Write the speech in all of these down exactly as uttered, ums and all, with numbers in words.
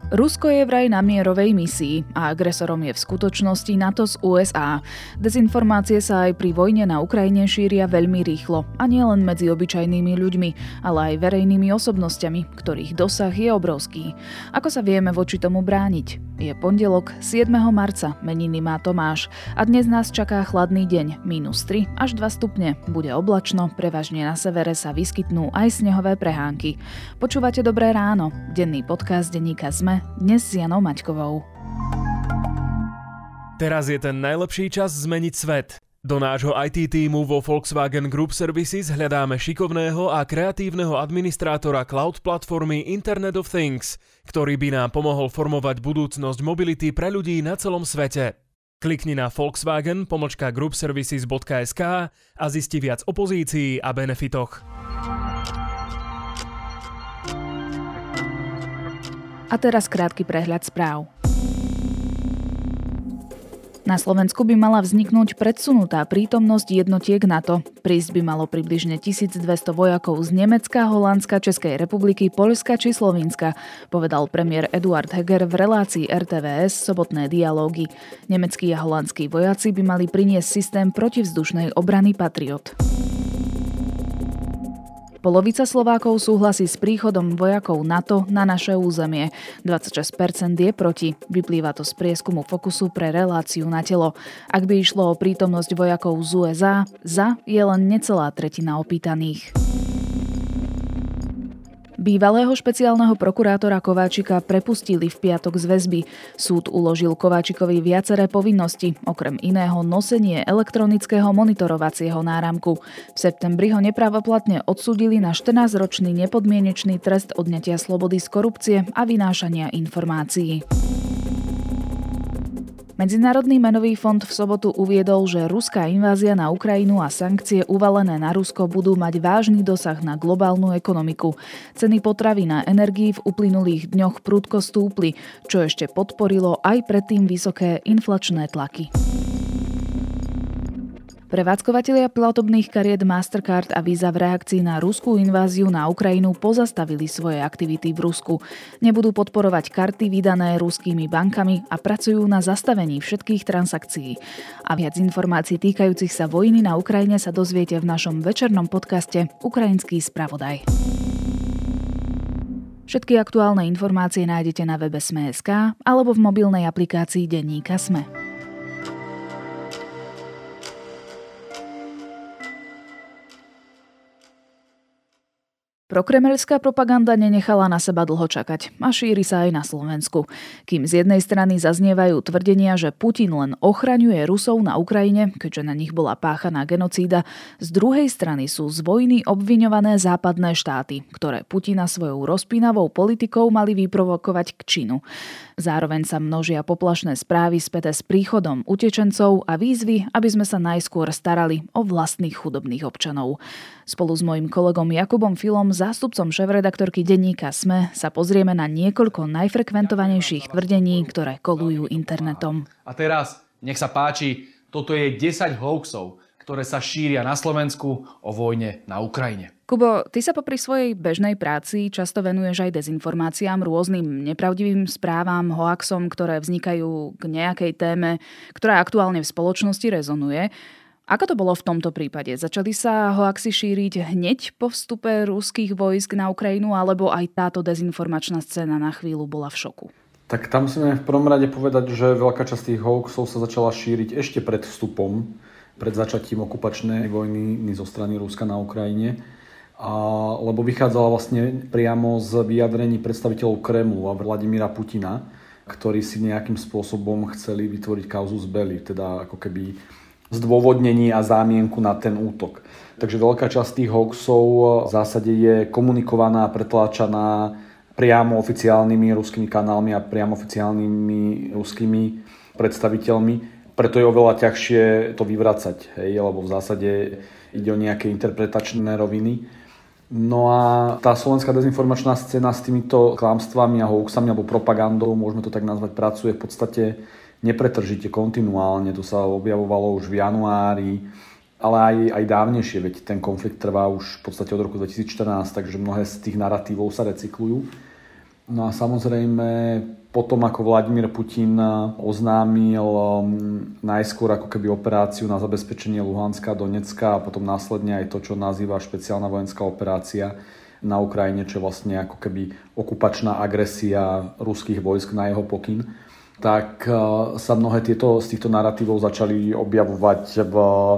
Rusko je vraj na mierovej misii a agresorom je v skutočnosti NATO z ú es á. Dezinformácie sa aj pri vojne na Ukrajine šíria veľmi rýchlo a nie len medzi obyčajnými ľuďmi, ale aj verejnými osobnosťami, ktorých dosah je obrovský. Ako sa vieme voči tomu brániť? Je pondelok, siedmeho marca, meniny má Tomáš a dnes nás čaká chladný deň, mínus tri až dva stupne. Bude oblačno, prevažne na severe sa vyskytnú aj snehové prehánky. Počúvate Dobré ráno, denný podcast denníka es em e, dnes s Janou Maťkovou. Teraz je ten najlepší čas zmeniť svet. Do nášho í té tímu vo Volkswagen Group Services hľadáme šikovného a kreatívneho administrátora cloud platformy Internet of Things, ktorý by nám pomohol formovať budúcnosť mobility pre ľudí na celom svete. Klikni na Volkswagen pomočka groupservices bodka es ká a zisti viac o pozícii a benefitoch. A teraz krátky prehľad správ. Na Slovensku by mala vzniknúť predsunutá prítomnosť jednotiek NATO. Prísť by malo približne tisícdvesto vojakov z Nemecka, Holandska, Českej republiky, Poľska či Slovinska, povedal premiér Eduard Heger v relácii er té vé es Sobotné dialógy. Nemeckí a holandskí vojaci by mali priniesť systém protivzdušnej obrany Patriot. Polovica Slovákov súhlasí s príchodom vojakov NATO na naše územie. dvadsaťšesť percent je proti. Vyplýva to z prieskumu Fokusu pre reláciu Na telo. Ak by išlo o prítomnosť vojakov z ú es á, za je len necelá tretina opýtaných. Bývalého špeciálneho prokurátora Kováčika prepustili v piatok z väzby. Súd uložil Kováčikovi viaceré povinnosti, okrem iného nosenie elektronického monitorovacieho náramku. V septembri ho nepravoplatne odsúdili na štrnásťročný nepodmienečný trest odňatia slobody z korupcie a vynášania informácií. Medzinárodný menový fond v sobotu uviedol, že ruská invázia na Ukrajinu a sankcie uvalené na Rusko budú mať vážny dosah na globálnu ekonomiku. Ceny potravín a energií v uplynulých dňoch prudko stúpli, čo ešte podporilo aj predtým vysoké inflačné tlaky. Prevádzkovatelia platobných kariet Mastercard a Visa v reakcii na ruskú inváziu na Ukrajinu pozastavili svoje aktivity v Rusku. Nebudú podporovať karty vydané ruskými bankami a pracujú na zastavení všetkých transakcií. A viac informácií týkajúcich sa vojny na Ukrajine sa dozviete v našom večernom podcaste Ukrajinský spravodaj. Všetky aktuálne informácie nájdete na webe es em e bodka es ká alebo v mobilnej aplikácii denníka es em e. Prokremelská propaganda nenechala na seba dlho čakať a šíri sa aj na Slovensku. Kým z jednej strany zaznievajú tvrdenia, že Putin len ochraňuje Rusov na Ukrajine, keďže na nich bola páchaná genocída, z druhej strany sú z vojny obviňované západné štáty, ktoré Putina svojou rozpínavou politikou mali vyprovokovať k činu. Zároveň sa množia poplašné správy späté s príchodom utečencov a výzvy, aby sme sa najskôr starali o vlastných chudobných občanov. Spolu s mojím kolegom Jakubom Filom, zástupcom šéfredaktorky denníka es em e, sa pozrieme na niekoľko najfrekventovanejších tvrdení, ktoré kolujú internetom. A teraz, nech sa páči, toto je desať hoaxov, ktoré sa šíria na Slovensku o vojne na Ukrajine. Kubo, ty sa popri svojej bežnej práci často venuješ aj dezinformáciám, rôznym nepravdivým správam, hoaxom, ktoré vznikajú k nejakej téme, ktorá aktuálne v spoločnosti rezonuje. Ako to bolo v tomto prípade? Začali sa hoaxy šíriť hneď po vstupe ruských vojsk na Ukrajinu, alebo aj táto dezinformačná scéna na chvíľu bola v šoku? Tak tam musíme v prvom rade povedať, že veľká časť tých hoaxov sa začala šíriť ešte pred vstupom, pred začatím okupačnej vojny zo strany Ruska na Ukrajine. A, lebo vychádzala vlastne priamo z vyjadrení predstaviteľov Kremlu a Vladimíra Putina, ktorí si nejakým spôsobom chceli vytvoriť kauzus belli, teda ako keby zdôvodnení a zámienku na ten útok. Takže veľká časť tých hoaxov v zásade je komunikovaná a pretláčaná priamo oficiálnymi ruskými kanálmi a priamo oficiálnymi ruskými predstaviteľmi. Preto je oveľa ťažšie to vyvracať, hej, lebo v zásade ide o nejaké interpretačné roviny. No a tá slovenská dezinformačná scéna s týmito klamstvami a hoaxami alebo propagandou, môžeme to tak nazvať, pracuje v podstate nepretržite, kontinuálne. To sa objavovalo už v januári, ale aj, aj dávnejšie, veď ten konflikt trvá už v podstate od roku dvetisícštrnásť, takže mnohé z tých naratívov sa recyklujú. No a samozrejme potom, ako Vladimír Putin oznámil najskôr ako keby operáciu na zabezpečenie Luhanska a Donecka a potom následne aj to, čo nazýva špeciálna vojenská operácia na Ukrajine, čo je vlastne ako keby okupačná agresia ruských vojsk na jeho pokyn, tak sa mnohé tieto, z týchto narratívov začali objavovať v,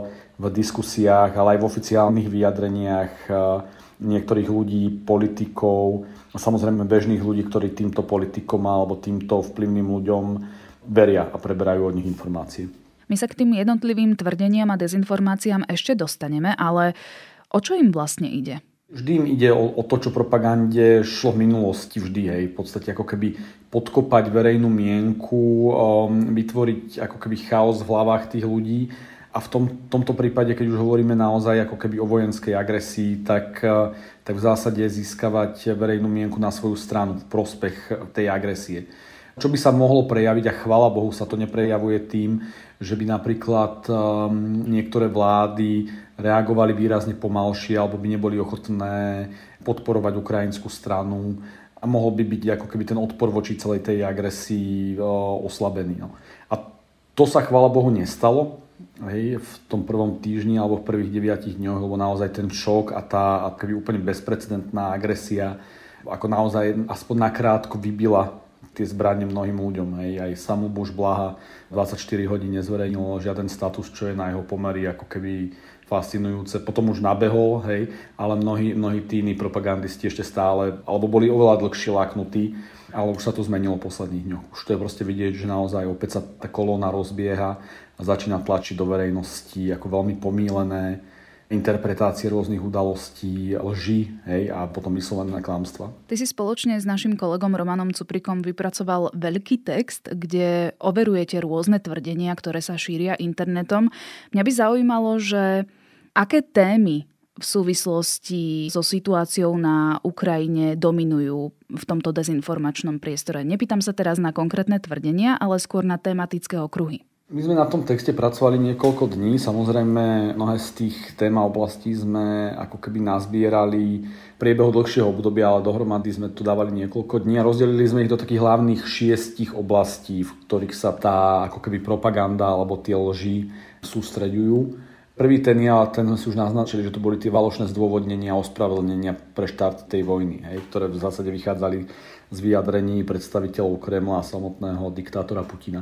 v diskusiách, ale aj v oficiálnych vyjadreniach niektorých ľudí, politikov, samozrejme bežných ľudí, ktorí týmto politikom alebo týmto vplyvným ľuďom veria a preberajú od nich informácie. My sa k tým jednotlivým tvrdeniam a dezinformáciám ešte dostaneme, ale o čo im vlastne ide? Vždy im ide o, o to, čo propagande šlo v minulosti vždy, hej. V podstate ako keby podkopať verejnú mienku, um, vytvoriť ako keby chaos v hlavách tých ľudí. A v tom, tomto prípade, keď už hovoríme naozaj ako keby o vojenskej agresii, tak, tak v zásade získavať verejnú mienku na svoju stranu v prospech tej agresie. Čo by sa mohlo prejaviť, a chvála Bohu sa to neprejavuje tým, že by napríklad um, niektoré vlády reagovali výrazne pomalšie alebo by neboli ochotné podporovať ukrajinskú stranu a mohol by byť ako keby ten odpor voči celej tej agresii uh, oslabený. No. A to sa chvála Bohu nestalo. Hej, v tom prvom týždni alebo v prvých deviatich dňoch, lebo naozaj ten šok a tá akoby úplne bezprecedentná agresia ako naozaj aspoň nakrátko vybila tie zbrane mnohým ľuďom. Hej. Aj samú Bush Blaha dvadsaťštyri hodín nezverejnilo žiaden status, čo je na jeho pomery ako keby fascinujúce. Potom už nabehol, hej, ale mnohí, mnohí tí iní propagandisti ešte stále, alebo boli oveľa dlhšie láknutí, ale už sa to zmenilo v posledných dňoch. Už to je proste vidieť, že naozaj opäť sa tá kolóna rozbieha a začína tlačiť do verejnosti ako veľmi pomýlené interpretácie rôznych udalostí, lži, hej, a potom vyslovené klamstva. Ty si spoločne s našim kolegom Romanom Cuprikom vypracoval veľký text, kde overujete rôzne tvrdenia, ktoré sa šíria internetom. Mňa by zaujímalo, že aké témy v súvislosti so situáciou na Ukrajine dominujú v tomto dezinformačnom priestore. Nepýtam sa teraz na konkrétne tvrdenia, ale skôr na tematické okruhy. My sme na tom texte pracovali niekoľko dní. Samozrejme, mnohé z tých tém a oblastí sme ako keby nazbierali v priebehu dlhšieho obdobia, ale dohromady sme tu dávali niekoľko dní a rozdelili sme ich do takých hlavných šiestich oblastí, v ktorých sa tá ako keby propaganda alebo tie lži sústreďujú. Prvý ten je, ale ten si už naznačili, že to boli tie falošné zdôvodnenia a ospravedlnenia pre štart tej vojny, hej, ktoré v zásade vychádzali z vyjadrení predstaviteľov Kremla a samotného diktátora Putina.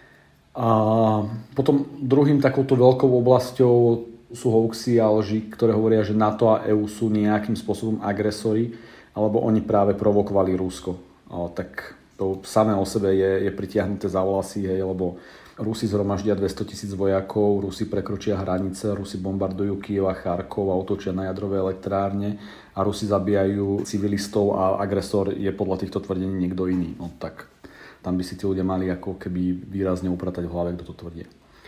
A potom druhým takouto veľkou oblasťou sú hoaxy a lži, ktoré hovoria, že NATO a é ú sú nejakým spôsobom agresori, alebo oni práve provokovali Rusko. A tak to samé o sebe je, je pritiahnuté za vlasy, hej, lebo Rusi zhromaždia dvestotisíc vojakov, Rusi prekročia hranice, Rusi bombardujú Kyjev a Charkov a útočia na jadrové elektrárne a Rusi zabíjajú civilistov a agresor je podľa týchto tvrdení niekto iný. No tak tam by si tí ľudia mali ako keby výrazne upratať v hlave, kto to tvrdí.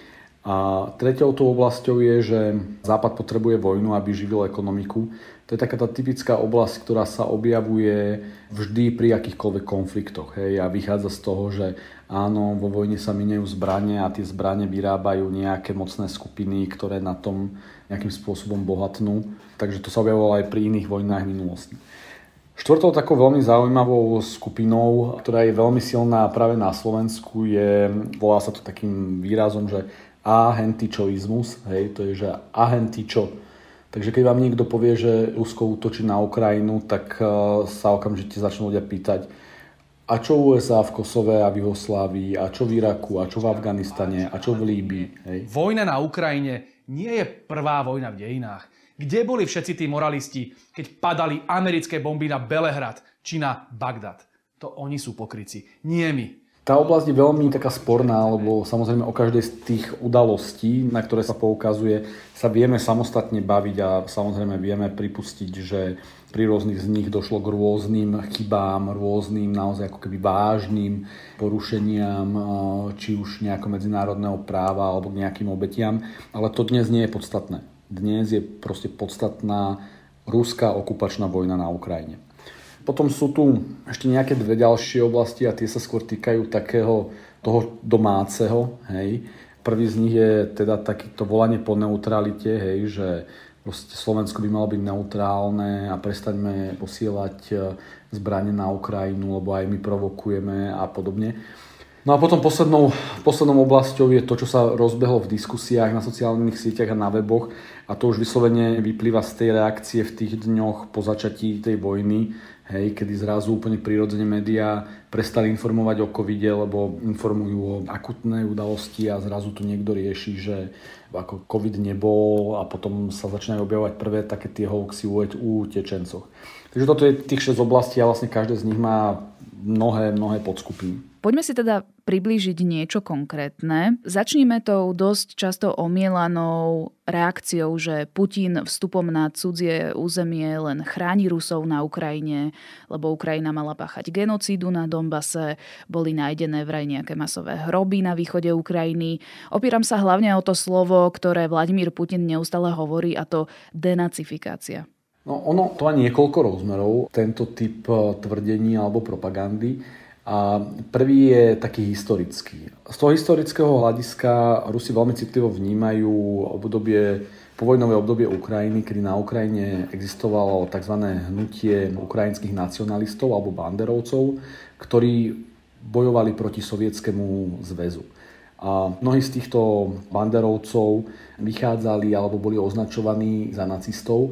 A tretiou tou oblasťou je, že Západ potrebuje vojnu, aby živil ekonomiku. To je taká tá typická oblasť, ktorá sa objavuje vždy pri akýchkoľvek konfliktoch. Hej. A vychádza z toho, že áno, vo vojne sa minejú zbrane a tie zbrane vyrábajú nejaké mocné skupiny, ktoré na tom nejakým spôsobom bohatnú. Takže to sa objavovalo aj pri iných vojnách v minulosti. Štvrtou takou veľmi zaujímavou skupinou, ktorá je veľmi silná práve na Slovensku, je, volá sa to takým výrazom, že ahentičoizmus, hej, to je, že ahentičo. Takže keď vám niekto povie, že Rusko útočí na Ukrajinu, tak sa okamžite začnú ľudia pýtať, a čo v ú es á v Kosove a v Juhoslávii, a čo v Iraku, a čo v Afganistane, a čo v Líbii. Hej. Vojna na Ukrajine nie je prvá vojna v dejinách. Kde boli všetci tí moralisti, keď padali americké bomby na Belehrad či na Bagdad? To oni sú pokrytci, nie my. Tá oblasť je veľmi taká sporná, lebo samozrejme o každej z tých udalostí, na ktoré sa poukazuje, sa vieme samostatne baviť a samozrejme vieme pripustiť, že pri rôznych z nich došlo k rôznym chybám, rôznym naozaj ako keby vážnym porušeniam, či už nejako medzinárodného práva alebo k nejakým obetiam, ale to dnes nie je podstatné. Dnes je proste podstatná ruská okupačná vojna na Ukrajine. Potom sú tu ešte nejaké dve ďalšie oblasti a tie sa skôr týkajú takého toho domáceho. Hej. Prvý z nich je teda takéto volanie po neutralite, hej, že proste Slovensko by malo byť neutrálne a prestaňme posielať zbrane na Ukrajinu, lebo aj my provokujeme a podobne. No a potom poslednou, poslednou oblasťou je to, čo sa rozbehlo v diskusiách na sociálnych sieťach a na weboch, a to už vyslovene vyplýva z tej reakcie v tých dňoch po začatí tej vojny, hej, kedy zrazu úplne prirodzene médiá prestali informovať o covide, lebo informujú o akutnej udalosti a zrazu tu niekto rieši, že ako covid nebol, a potom sa začínajú objavovať prvé také tie hoaxy u utečencoch. Takže toto je tých šesť oblastí a vlastne každé z nich má mnohé, mnohé podskupiny. Poďme si teda priblížiť niečo konkrétne. Začníme tou dosť často omielanou reakciou, že Putin vstupom na cudzie územie len chráni Rusov na Ukrajine, lebo Ukrajina mala páchať genocídu na Donbase, boli nájdené vraj nejaké masové hroby na východe Ukrajiny. Opieram sa hlavne o to slovo, ktoré Vladimír Putin neustále hovorí, a to denacifikácia. No ono to má niekoľko rozmerov, tento typ tvrdení alebo propagandy. A prvý je taký historický. Z toho historického hľadiska Rusi veľmi citlivo vnímajú obdobie, povojnové obdobie Ukrajiny, kedy na Ukrajine existovalo tzv. Hnutie ukrajinských nacionalistov alebo banderovcov, ktorí bojovali proti Sovietskému zväzu. A mnohí z týchto banderovcov vychádzali alebo boli označovaní za nacistov.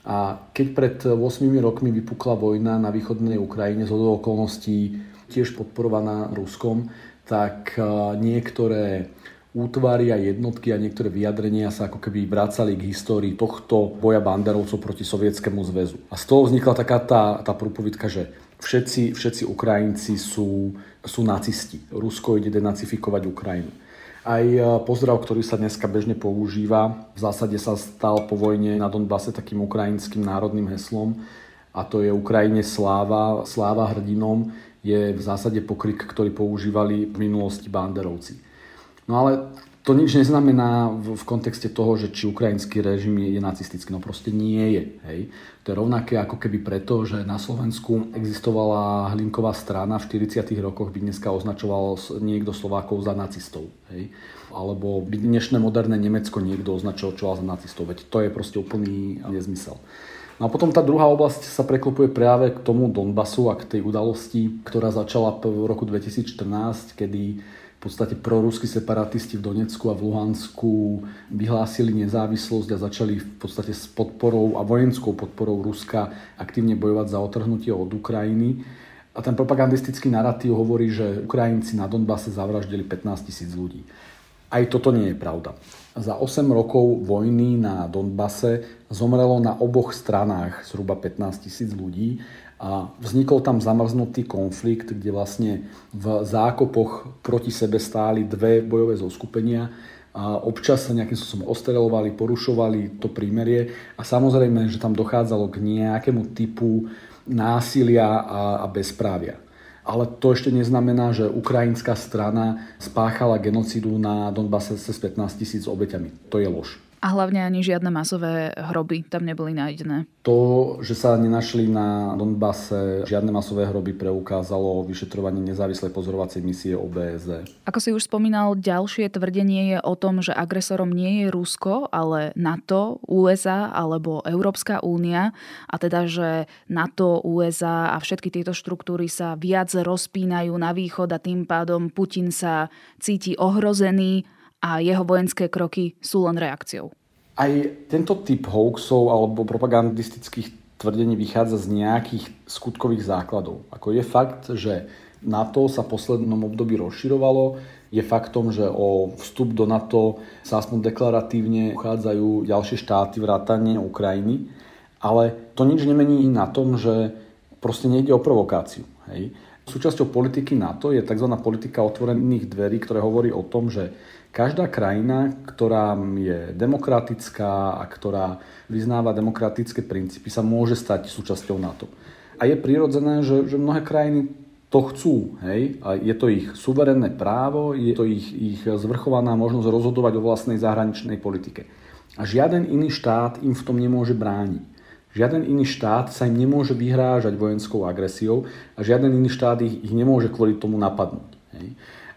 A keď pred ôsmimi rokmi vypukla vojna na východnej Ukrajine z okolností tiež podporovaná Ruskom, tak niektoré útvary a jednotky a niektoré vyjadrenia sa ako keby vracali k histórii tohto boja banderovcov proti Sovietskému zväzu. A z toho vznikla taká tá, tá prúpovidka, že všetci, všetci Ukrajinci sú, sú nacisti. Rusko ide denacifikovať Ukrajinu. Aj pozdrav, ktorý sa dneska bežne používa, v zásade sa stal po vojne na Donbase takým ukrajinským národným heslom, a to je Ukrajine sláva, sláva hrdinom, je v zásade pokrik, ktorý používali v minulosti banderovci. No ale to nič neznamená v, v kontexte toho, že či ukrajinský režim je, je nacistický. No proste nie je. Hej. To je rovnaké ako keby preto, že na Slovensku existovala Hlinková strana, v štyridsiatych rokoch by dneska označoval niekto Slovákov za nacistov. Hej. Alebo by dnešné moderné Nemecko niekto označoval za nacistov. Veď to je proste úplný nezmysel. No a potom tá druhá oblasť sa preklopuje práve k tomu Donbasu a k tej udalosti, ktorá začala v roku dvetisícštrnásť, kedy v podstate proruskí separatisti v Donecku a v Luhansku vyhlásili nezávislosť a začali v podstate s podporou a vojenskou podporou Ruska aktívne bojovať za otrhnutie od Ukrajiny. A ten propagandistický narratív hovorí, že Ukrajinci na Donbase zavraždili pätnásť tisíc ľudí. Aj toto nie je pravda. Za osem rokov vojny na Donbase zomrelo na oboch stranách zhruba pätnásť tisíc ľudí a vznikol tam zamrznutý konflikt, kde vlastne v zákopoch proti sebe stáli dve bojové zoskupenia a občas sa nejakým spôsobom ostreľovali, porušovali to prímerie a samozrejme, že tam dochádzalo k nejakému typu násilia a, a bezprávia. Ale to ešte neznamená, že ukrajinská strana spáchala genocídu na Donbase s pätnásť tisíc obeťami. To je lož. A hlavne ani žiadne masové hroby tam neboli nájdené. To, že sa nenašli na Donbase žiadne masové hroby, preukázalo vyšetrovanie nezávislej pozorovacej misie ó bé es é. Ako si už spomínal, ďalšie tvrdenie je o tom, že agresorom nie je Rusko, ale NATO, ú es á alebo Európska únia. A teda, že NATO, ú es á a všetky tieto štruktúry sa viac rozpínajú na východ a tým pádom Putin sa cíti ohrozený a jeho vojenské kroky sú len reakciou. Aj tento typ hoaxov alebo propagandistických tvrdení vychádza z nejakých skutkových základov. Ako je fakt, že NATO sa v poslednom období rozširovalo, je faktom, že o vstup do NATO sa aspoň deklaratívne uchádzajú ďalšie štáty vrátane Ukrajiny, ale to nič nemení na tom, že proste nejde o provokáciu. Hej. Súčasťou politiky NATO je tzv. Politika otvorených dverí, ktorá hovorí o tom, že každá krajina, ktorá je demokratická a ktorá vyznáva demokratické princípy, sa môže stať súčasťou NATO. A je prirodzené, že, že mnohé krajiny to chcú. Hej? A je to ich suverénne právo, je to ich, ich zvrchovaná možnosť rozhodovať o vlastnej zahraničnej politike. A žiaden iný štát im v tom nemôže brániť. Žiaden iný štát sa im nemôže vyhrážať vojenskou agresiou a žiaden iný štát ich, ich nemôže kvôli tomu napadnúť. Hej?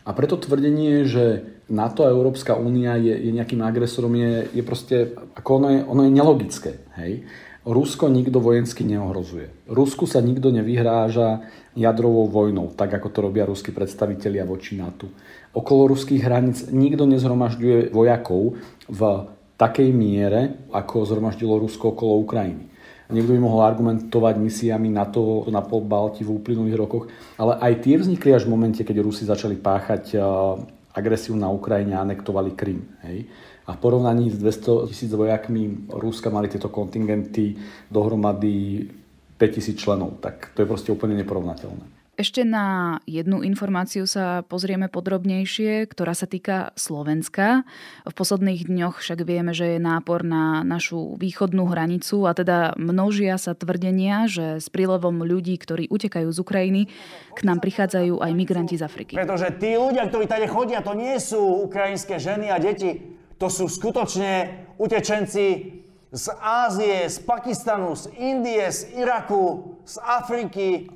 A preto tvrdenie, že NATO a Európska únia je, je nejakým agresorom, je, je proste, ako ono je, ono je nelogické. Hej? Rusko nikto vojensky neohrozuje. Rusku sa nikto nevyhráža jadrovou vojnou, tak ako to robia ruskí predstavitelia voči NATO. Okolo ruských hraníc nikto nezhromažďuje vojakov v takej miere, ako zhromaždilo Rusko okolo Ukrajiny. Niekto by mohol argumentovať misiami NATO na Pobalti v uplynulých rokoch, ale aj tie vznikli až v momente, keď Rusi začali páchať agresiu na Ukrajine a anektovali Krym. Hej. A v porovnaní s dvesto tisíc vojakmi Ruska mali tieto kontingenty dohromady päťtisíc členov. Tak to je proste úplne neporovnateľné. Ešte na jednu informáciu sa pozrieme podrobnejšie, ktorá sa týka Slovenska. V posledných dňoch však vieme, že je nápor na našu východnú hranicu a teda množia sa tvrdenia, že s prílevom ľudí, ktorí utekajú z Ukrajiny, k nám prichádzajú aj migranti z Afriky. Pretože tí ľudia, ktorí tady chodia, to nie sú ukrajinské ženy a deti, to sú skutočne utečenci z Ázie, z Pakistanu, z Indie, z Iraku, z Afriky.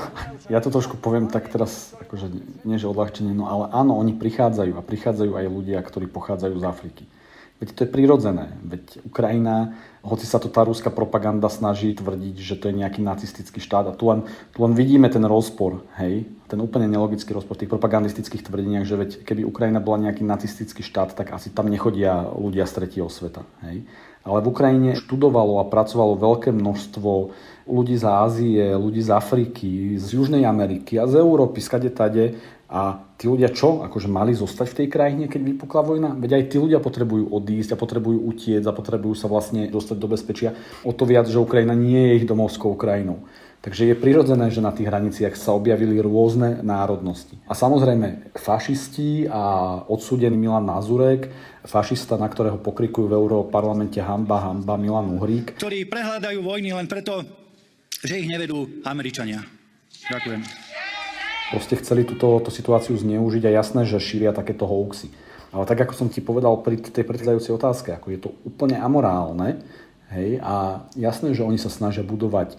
Ja to trošku poviem tak teraz, akože nie že odľahčenie, no ale áno, oni prichádzajú a prichádzajú aj ľudia, ktorí pochádzajú z Afriky. Veď to je prirodzené. Veď Ukrajina, hoci sa to tá ruská propaganda snaží tvrdiť, že to je nejaký nacistický štát a tu len, tu len vidíme ten rozpor, hej, ten úplne nelogický rozpor v tých propagandistických tvrdeniach, že veď keby Ukrajina bola nejaký nacistický štát, tak asi tam nechodia ľudia z tretieho sveta, hej. Ale v Ukrajine študovalo a pracovalo veľké množstvo ľudí z Ázie, ľudí z Afriky, z Južnej Ameriky a z Európy, skade tade. A tí ľudia čo? Akože mali zostať v tej krajine, keď vypukla vojna? Veď aj tí ľudia potrebujú odísť a potrebujú utiecť a potrebujú sa vlastne dostať do bezpečia. O to viac, že Ukrajina nie je ich domovskou krajinou. Takže je prirodzené, že na tých hraniciach sa objavili rôzne národnosti. A samozrejme fašisti a odsúdený Milan Mazurek, fašista, na ktorého pokrikujú v Európarlamente hanba, hanba, Milan Uhrík. Ktorí prehľadajú vojny len preto, že ich nevedú Američania. Ďakujem. Proste chceli túto, túto situáciu zneužiť a jasné, že šíria takéto hoaxy. Ale tak, ako som ti povedal pri tej predchádzajúcej otázke, ako je to úplne amorálne, hej, a jasné, že oni sa snažia budovať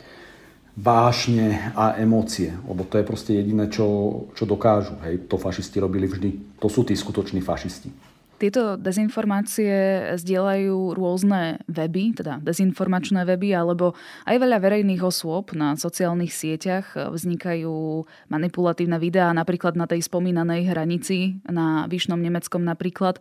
vášne a emócie, lebo to je proste jediné, čo, čo dokážu. Hej. To fašisti robili vždy. To sú tí skutoční fašisti. Tieto dezinformácie zdieľajú rôzne weby, teda dezinformačné weby, alebo aj veľa verejných osôb na sociálnych sieťach. Vznikajú manipulatívne videá, napríklad na tej spomínanej hranici, na Vyšnom Nemeckom napríklad.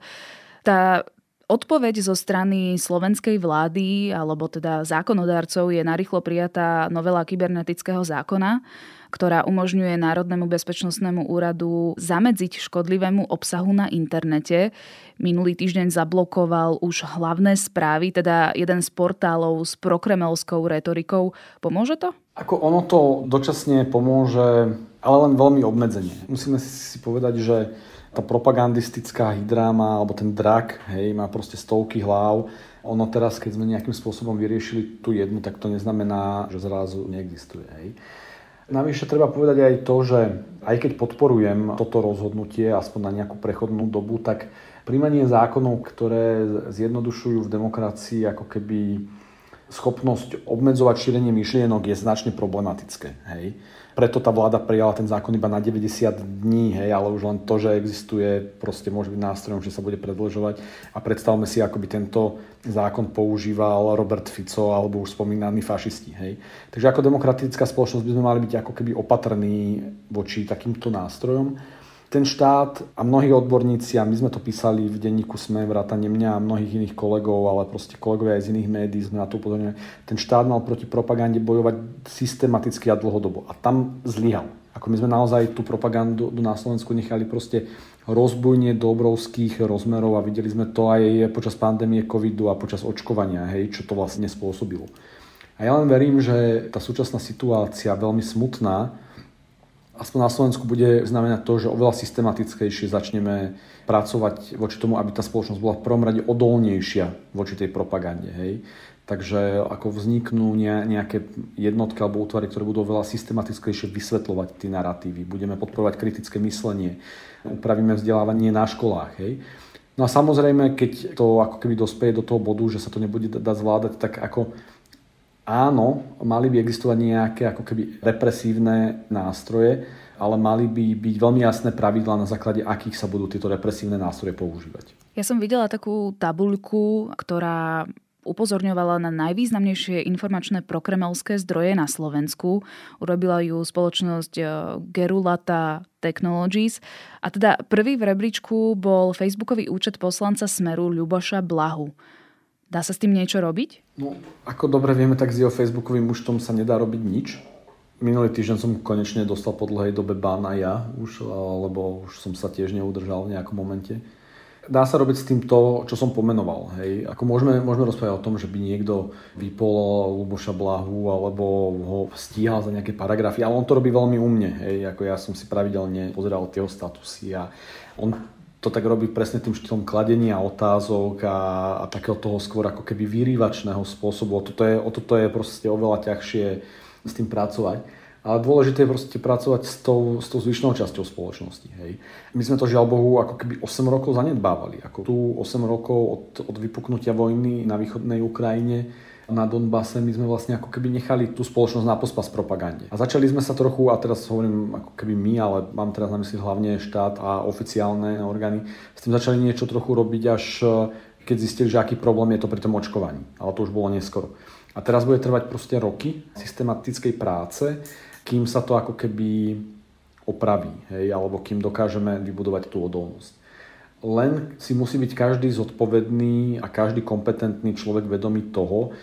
Tá odpoveď zo strany slovenskej vlády, alebo teda zákonodárcov, je narýchlo prijatá novela kybernetického zákona, ktorá umožňuje Národnému bezpečnostnému úradu zamedziť škodlivému obsahu na internete. Minulý týždeň zablokoval už hlavné správy, teda jeden z portálov s prokremelskou retorikou. Pomôže to? Ako ono to dočasne pomôže, ale len veľmi obmedzenie. Musíme si povedať, že tá propagandistická hydráma, alebo ten drak, hej, má proste stovky hlav. Ono teraz, keď sme nejakým spôsobom vyriešili tú jednu, tak to neznamená, že zrazu neexistuje. Hej. Navyše treba povedať aj to, že aj keď podporujem toto rozhodnutie, aspoň na nejakú prechodnú dobu, tak príjmanie zákonov, ktoré zjednodušujú v demokracii ako keby schopnosť obmedzovať šírenie myšlienok, je značne problematické. Hej. Preto tá vláda prijala ten zákon iba na deväťdesiat dní, hej, ale už len to, že existuje, proste môže byť nástrojom, že sa bude predĺžovať. A predstavme si, ako by tento zákon používal Robert Fico alebo už spomínaní fašisti. Hej. Takže ako demokratická spoločnosť by sme mali byť ako keby opatrní voči takýmto nástrojom. Ten štát a mnohí odborníci, a my sme to písali v denníku SME, vrátane mňa a mnohých iných kolegov, ale proste kolegovia aj z iných médií sme na to upozorňovali, ten štát mal proti propagande bojovať systematicky a dlhodobo. A tam zlyhal. Ako my sme naozaj tú propagandu na Slovensku nechali proste rozbujnieť do obrovských rozmerov a videli sme to aj počas pandémie covidu a počas očkovania, hej, čo to vlastne spôsobilo. A ja len verím, že tá súčasná situácia, veľmi smutná, aspoň na Slovensku bude znamenať to, že oveľa systematickejšie začneme pracovať voči tomu, aby tá spoločnosť bola v prvom rade odolnejšia voči tej propagande. Hej. Takže ako vzniknú nejaké jednotky alebo útvary, ktoré budú oveľa systematickejšie vysvetľovať tie naratívy. Budeme podporovať kritické myslenie, upravíme vzdelávanie na školách. Hej. No a samozrejme, keď to ako keby dospeje do toho bodu, že sa to nebude dať zvládať, tak ako áno, mali by existovať nejaké ako keby represívne nástroje, ale mali by byť veľmi jasné pravidlá, na základe akých sa budú tieto represívne nástroje používať. Ja som videla takú tabuľku, ktorá upozorňovala na najvýznamnejšie informačné prokremelské zdroje na Slovensku. Urobila ju spoločnosť Gerulata Technologies. A teda prvý v rebríčku bol facebookový účet poslanca Smeru Ľuboša Blahu. Dá sa s tým niečo robiť? No, ako dobre vieme, tak s jeho facebookovým účtom sa nedá robiť nič. Minulý týždeň som konečne dostal po dlhej dobe bán aj ja, už, lebo už som sa tiež neudržal v nejakom momente. Dá sa robiť s tým to, čo som pomenoval. Hej. Ako môžeme, môžeme rozprávať o tom, že by niekto vypol Ľuboša Blahu alebo ho stíhal za nejaké paragrafy, ale on to robí veľmi umne. Hej. Ako ja som si pravidelne pozeral tie statusy a on to tak robí presne tým štýlom kladenia otázok a, a takého toho skôr ako keby vyrývačného spôsobu. O toto je, o toto je proste oveľa ťažšie s tým pracovať. Ale dôležité je proste pracovať s tou, s tou zvyšnou časťou spoločnosti. Hej. My sme to žiaľ Bohu ako keby osem rokov zanedbávali. Ako tu osem rokov od, od vypuknutia vojny na východnej Ukrajine na Donbase my sme vlastne ako keby nechali tú spoločnosť na pospas propagande. A začali sme sa trochu, a teraz hovorím ako keby my, ale mám teraz na mysli hlavne štát a oficiálne orgány, s tým začali niečo trochu robiť, až keď zistili, že aký problém je to pri tom očkovaní. Ale to už bolo neskoro. A teraz bude trvať proste roky systematickej práce, kým sa to ako keby opraví, hej, alebo kým dokážeme vybudovať tú odolnosť. Len si musí byť každý zodpovedný a každý kompetentný človek vedomý toho,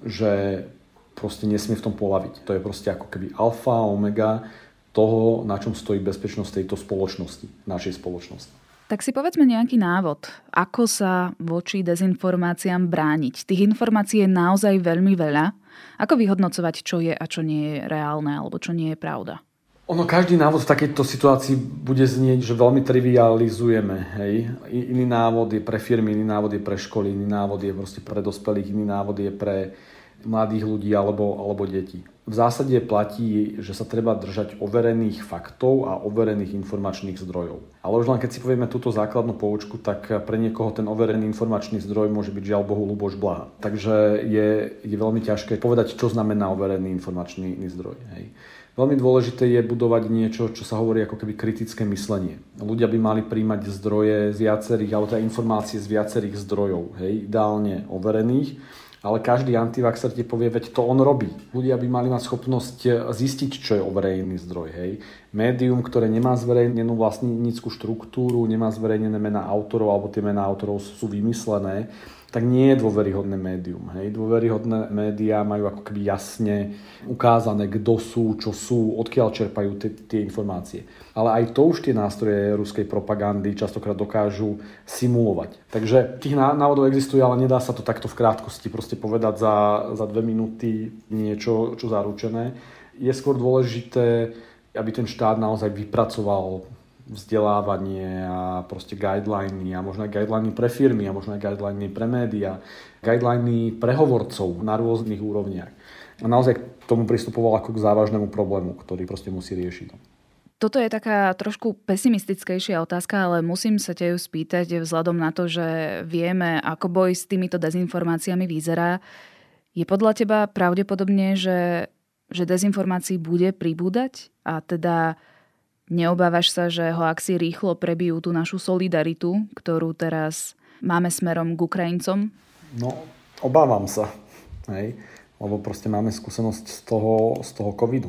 že proste nesmie v tom polaviť. To je proste ako keby alfa, omega toho, na čom stojí bezpečnosť tejto spoločnosti, našej spoločnosti. Tak si povedzme nejaký návod, ako sa voči dezinformáciám brániť. Tých informácií je naozaj veľmi veľa. Ako vyhodnocovať, čo je a čo nie je reálne, alebo čo nie je pravda? Ono, každý návod v takejto situácii bude znieť, že veľmi trivializujeme. Hej? Iný návod je pre firmy, iný návod je pre školy, iný návod je proste pre dospelých, iný návod je pre mladých ľudí alebo, alebo detí. V zásade platí, že sa treba držať overených faktov a overených informačných zdrojov. Ale už len keď si povieme túto základnú poučku, tak pre niekoho ten overený informačný zdroj môže byť žiaľ Bohu Ľuboš Blaha. Takže je, je veľmi ťažké povedať, čo znamená overený informačný zdroj. Hej. Veľmi dôležité je budovať niečo, čo sa hovorí ako keby kritické myslenie. Ľudia by mali príjmať zdroje z viacerých, alebo teda informácie z viacerých zdrojov, hej, ideálne overených. Ale každý antivaxer ti povie, veď to on robí. Ľudia by mali mať schopnosť zistiť, čo je overený zdroj. Hej. Médium, ktoré nemá zverejnenú vlastnícku štruktúru, nemá zverejnené mená autorov, alebo tie mená autorov sú vymyslené, tak nie je dôveryhodné médium. Hej. Dôveryhodné médiá majú ako keby jasne ukázané, kto sú, čo sú, odkiaľ čerpajú t- tie informácie. Ale aj to už tie nástroje ruskej propagandy častokrát dokážu simulovať. Takže tých návodov existuje, ale nedá sa to takto v krátkosti proste povedať za, za dve minúty niečo čo zaručené. Je skôr dôležité, aby ten štát naozaj vypracoval vzdelávanie a proste guideliny a možno aj guideliny pre firmy a možno aj guideliny pre médiá, guideliny pre hovorcov na rôznych úrovniach. A naozaj k tomu pristupoval ako k závažnému problému, ktorý proste musí riešiť. Toto je taká trošku pesimistickejšia otázka, ale musím sa ťa ju spýtať vzhľadom na to, že vieme, ako boj s týmito dezinformáciami vyzerá. Je podľa teba pravdepodobne, že, že dezinformácií bude pribúdať a teda neobávaš sa, že hoaxi rýchlo prebijú tú našu solidaritu, ktorú teraz máme smerom k Ukrajincom? No, obávam sa. Hej. Lebo proste máme skúsenosť z toho, z toho covidu.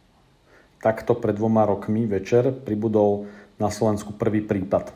Takto pred dvoma rokmi večer pribudol na Slovensku prvý prípad.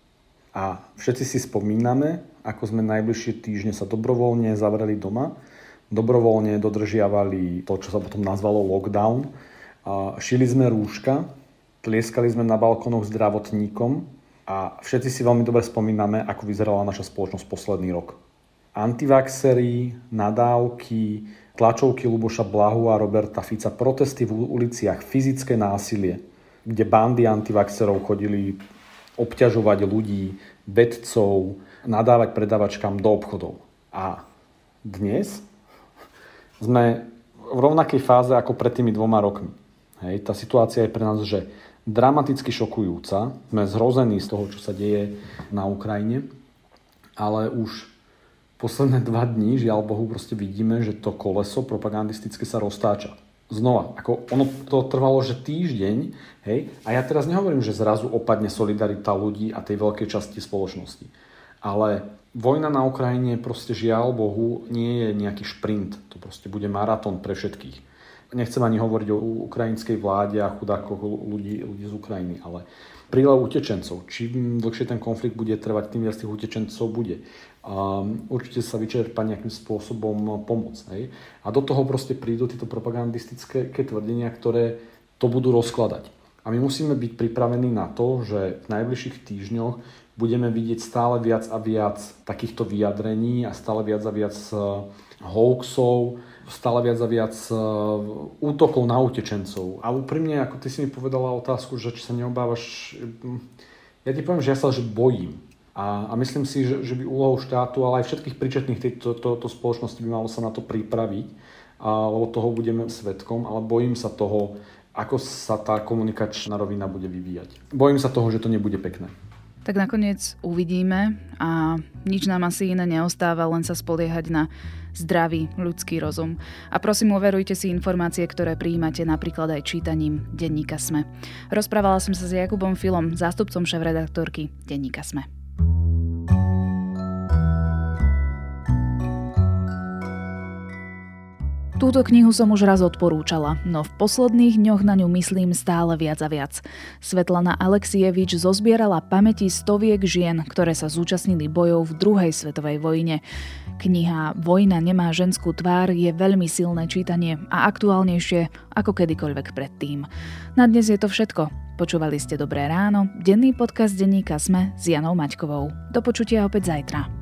A všetci si spomíname, ako sme najbližšie týždne sa dobrovoľne zavreli doma, dobrovoľne dodržiavali to, čo sa potom nazvalo lockdown. A šili sme rúška, tlieskali sme na balkónoch zdravotníkom a všetci si veľmi dobre spomíname, ako vyzerala naša spoločnosť posledný rok. Antivaxery, nadávky, tlačovky Ľuboša Blahu a Roberta Fica, protesty v uliciach, fyzické násilie, kde bandy antivaxerov chodili obťažovať ľudí, vedcov, nadávať predavačkám do obchodov. A dnes sme v rovnakej fáze ako pred tými dvoma rokmi. Hej, tá situácia je pre nás, že dramaticky šokujúca. Sme zhrození z toho, čo sa deje na Ukrajine, ale už posledné dva dní, žiaľ Bohu, proste vidíme, že to koleso propagandistické sa roztáča. Znova, ako ono to trvalo, že týždeň, hej, a ja teraz nehovorím, že zrazu opadne solidarita ľudí a tej veľkej časti spoločnosti. Ale vojna na Ukrajine proste žiaľ Bohu nie je nejaký šprint. To proste bude maratón pre všetkých. Nechcem ani hovoriť o ukrajinskej vláde a chudákoch ľudí, ľudí z Ukrajiny, ale prílev utečencov. Čím dlhšie ten konflikt bude trvať, tým viac tých utečencov bude. A určite sa vyčerpá nejakým spôsobom pomoc. Hej? A do toho proste prídu tieto propagandistické tvrdenia, ktoré to budú rozkladať. A my musíme byť pripravení na to, že v najbližších týždňoch budeme vidieť stále viac a viac takýchto vyjadrení a stále viac a viac hoaxov, stále viac a viac útokov na utečencov. A úprimne, ako ty si mi povedala otázku, že či sa neobávaš, ja ti poviem, že ja sa že bojím. A, a myslím si, že, že by úlohou štátu, ale aj všetkých príčetných tejto to, to spoločnosti by malo sa na to pripraviť, a, lebo toho budeme svedkom, ale bojím sa toho, ako sa tá komunikačná rovina bude vyvíjať. Bojím sa toho, že to nebude pekné. Tak nakoniec uvidíme a nič nám asi iné neostáva, len sa spoliehať na zdravý ľudský rozum. A prosím, overujte si informácie, ktoré prijímate napríklad aj čítaním denníka SME. Rozprávala som sa s Jakubom Filom, zástupcom šéfredaktorky denníka SME. Túto knihu som už raz odporúčala, no v posledných dňoch na ňu myslím stále viac a viac. Svetlana Alexievič zozbierala pamäti stoviek žien, ktoré sa zúčastnili bojov v druhej svetovej vojne. Kniha Vojna nemá ženskú tvár je veľmi silné čítanie a aktuálnejšie ako kedykoľvek predtým. Na dnes je to všetko. Počúvali ste Dobré ráno, denný podcast denníka SME s Janou Maťkovou. Do počutia opäť zajtra.